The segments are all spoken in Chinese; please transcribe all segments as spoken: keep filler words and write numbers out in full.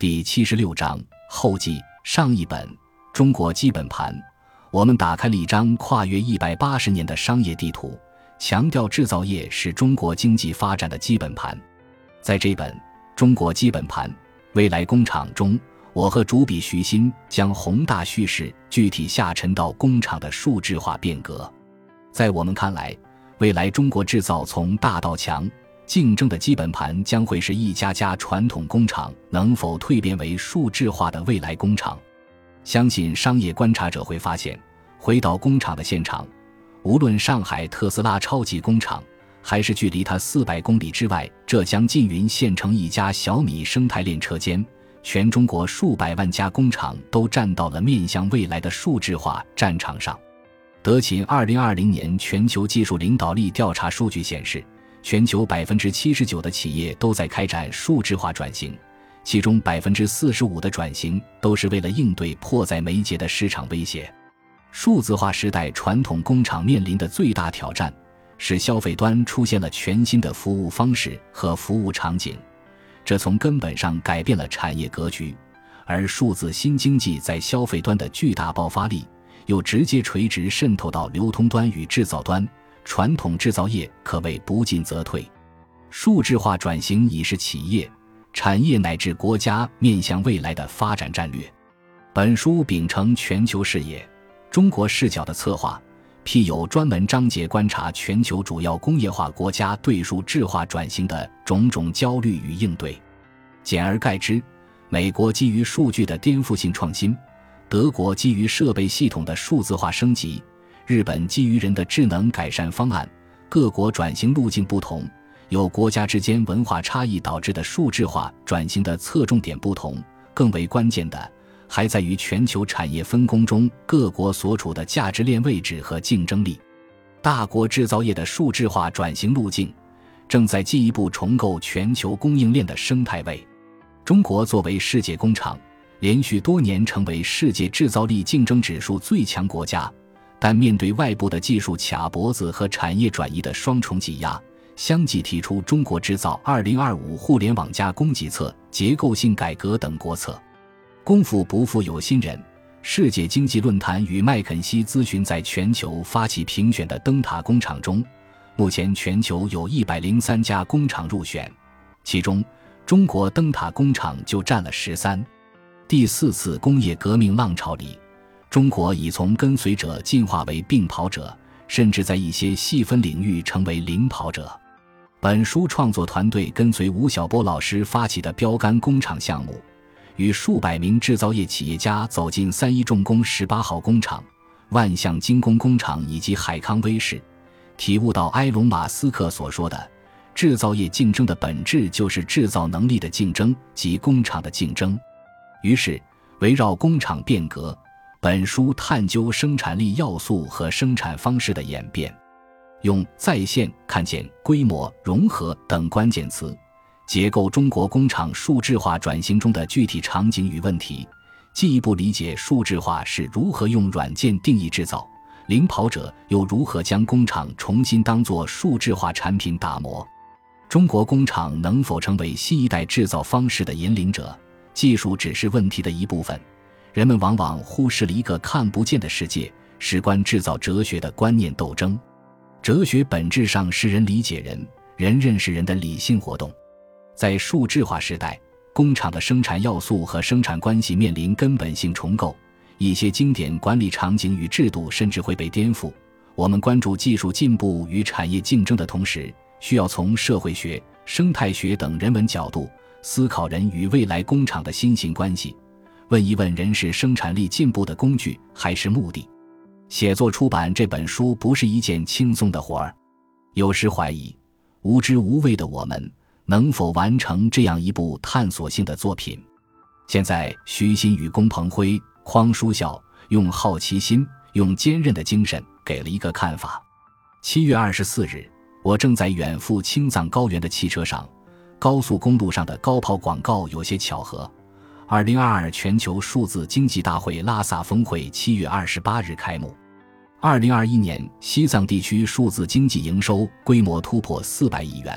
第七十六章后记。上一本中国基本盘，我们打开了一张跨越一百八十年的商业地图，强调制造业是中国经济发展的基本盘。在这本中国基本盘未来工厂中，我和主笔徐新将宏大叙事具体下沉到工厂的数字化变革。在我们看来，未来中国制造从大到强竞争的基本盘将会是一家家传统工厂能否蜕变为数字化的未来工厂。相信商业观察者会发现，回到工厂的现场，无论上海特斯拉超级工厂，还是距离它四百公里之外浙江缙云县城一家小米生态链车间，全中国数百万家工厂都站到了面向未来的数字化战场上。德勤二零二零年全球技术领导力调查数据显示，全球 百分之七十九 的企业都在开展数字化转型，其中 百分之四十五 的转型都是为了应对迫在眉睫的市场威胁。数字化时代传统工厂面临的最大挑战是消费端出现了全新的服务方式和服务场景，这从根本上改变了产业格局，而数字新经济在消费端的巨大爆发力又直接垂直渗透到流通端与制造端，传统制造业可谓不进则退。数字化转型已是企业、产业乃至国家面向未来的发展战略。本书秉承全球视野、中国视角的策划，辟有专门章节观察全球主要工业化国家对数字化转型的种种焦虑与应对。简而概之，美国基于数据的颠覆性创新，德国基于设备系统的数字化升级，日本基于人的智能改善方案，各国转型路径不同，由国家之间文化差异导致的数字化转型的侧重点不同，更为关键的还在于全球产业分工中各国所处的价值链位置和竞争力。大国制造业的数字化转型路径正在进一步重构全球供应链的生态位。中国作为世界工厂，连续多年成为世界制造力竞争指数最强国家，但面对外部的技术卡脖子和产业转移的双重挤压，相继提出中国制造二零二五互联网加供给侧结构性改革等国策。功夫不负有心人，世界经济论坛与麦肯锡咨询在全球发起评选的灯塔工厂中，目前全球有一百零三家工厂入选，其中中国灯塔工厂就占了十三。第四次工业革命浪潮里，中国已从跟随者进化为并跑者，甚至在一些细分领域成为领跑者。本书创作团队跟随吴晓波老师发起的标杆工厂项目，与数百名制造业企业家走进三一重工十八号工厂、万象精工工厂以及海康威视，体悟到埃隆·马斯克所说的制造业竞争的本质就是制造能力的竞争及工厂的竞争。于是围绕工厂变革，本书探究生产力要素和生产方式的演变，用在线看见规模融合等关键词结构中国工厂数字化转型中的具体场景与问题，进一步理解数字化是如何用软件定义制造，领跑者又如何将工厂重新当作数字化产品打磨。中国工厂能否成为新一代制造方式的引领者，技术只是问题的一部分，人们往往忽视了一个看不见的世界，事关制造哲学的观念斗争。哲学本质上是人理解人，人认识人的理性活动。在数字化时代，工厂的生产要素和生产关系面临根本性重构，一些经典管理场景与制度甚至会被颠覆。我们关注技术进步与产业竞争的同时，需要从社会学、生态学等人文角度思考人与未来工厂的新型关系，问一问人是生产力进步的工具还是目的。写作出版这本书不是一件轻松的活儿，有时怀疑无知无畏的我们能否完成这样一部探索性的作品。现在徐新与龚鹏辉、匡书孝用好奇心、用坚韧的精神给了一个看法。七月二十四日，我正在远赴青藏高原的汽车上，高速公路上的高炮广告有些巧合。二零二二全球数字经济大会拉萨峰会七月二十八日开幕。二零二一年西藏地区数字经济营收规模突破四百亿元，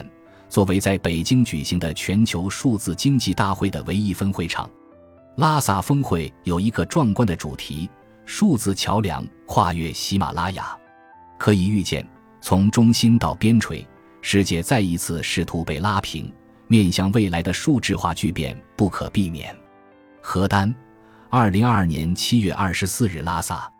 作为在北京举行的全球数字经济大会的唯一分会场。拉萨峰会有一个壮观的主题：数字桥梁跨越喜马拉雅。可以预见，从中心到边陲，世界再一次试图被拉平，面向未来的数字化巨变不可避免。何丹，二零二二年七月二十四日，拉萨。